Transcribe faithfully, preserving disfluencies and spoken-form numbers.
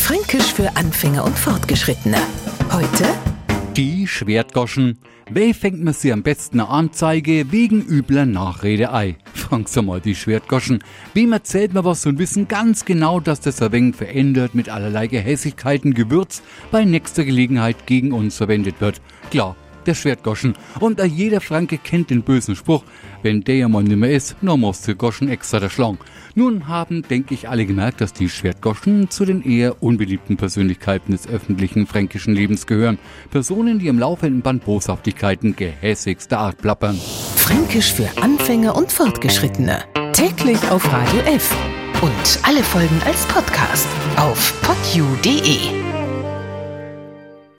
Fränkisch für Anfänger und Fortgeschrittene. Heute die Schwertgoschen. Wer fängt man sie am besten eine Anzeige wegen übler Nachrede ei? Frag's einmal die Schwertgoschen. Wem erzählt man was und wissen ganz genau, dass das ein wenig verändert mit allerlei Gehässigkeiten Gewürz bei nächster Gelegenheit gegen uns verwendet wird? Klar, der Schwertgoschen. Und auch jeder Franke kennt den bösen Spruch, wenn der ja mal nimmer ist, nur muss der Goschen extra der Schlang. Nun haben, denke ich, alle gemerkt, dass die Schwertgoschen zu den eher unbeliebten Persönlichkeiten des öffentlichen fränkischen Lebens gehören. Personen, die im laufenden Band Boshaftigkeiten gehässigster Art plappern. Fränkisch für Anfänger und Fortgeschrittene. Täglich auf Radio F. Und alle Folgen als Podcast auf podu punkt de.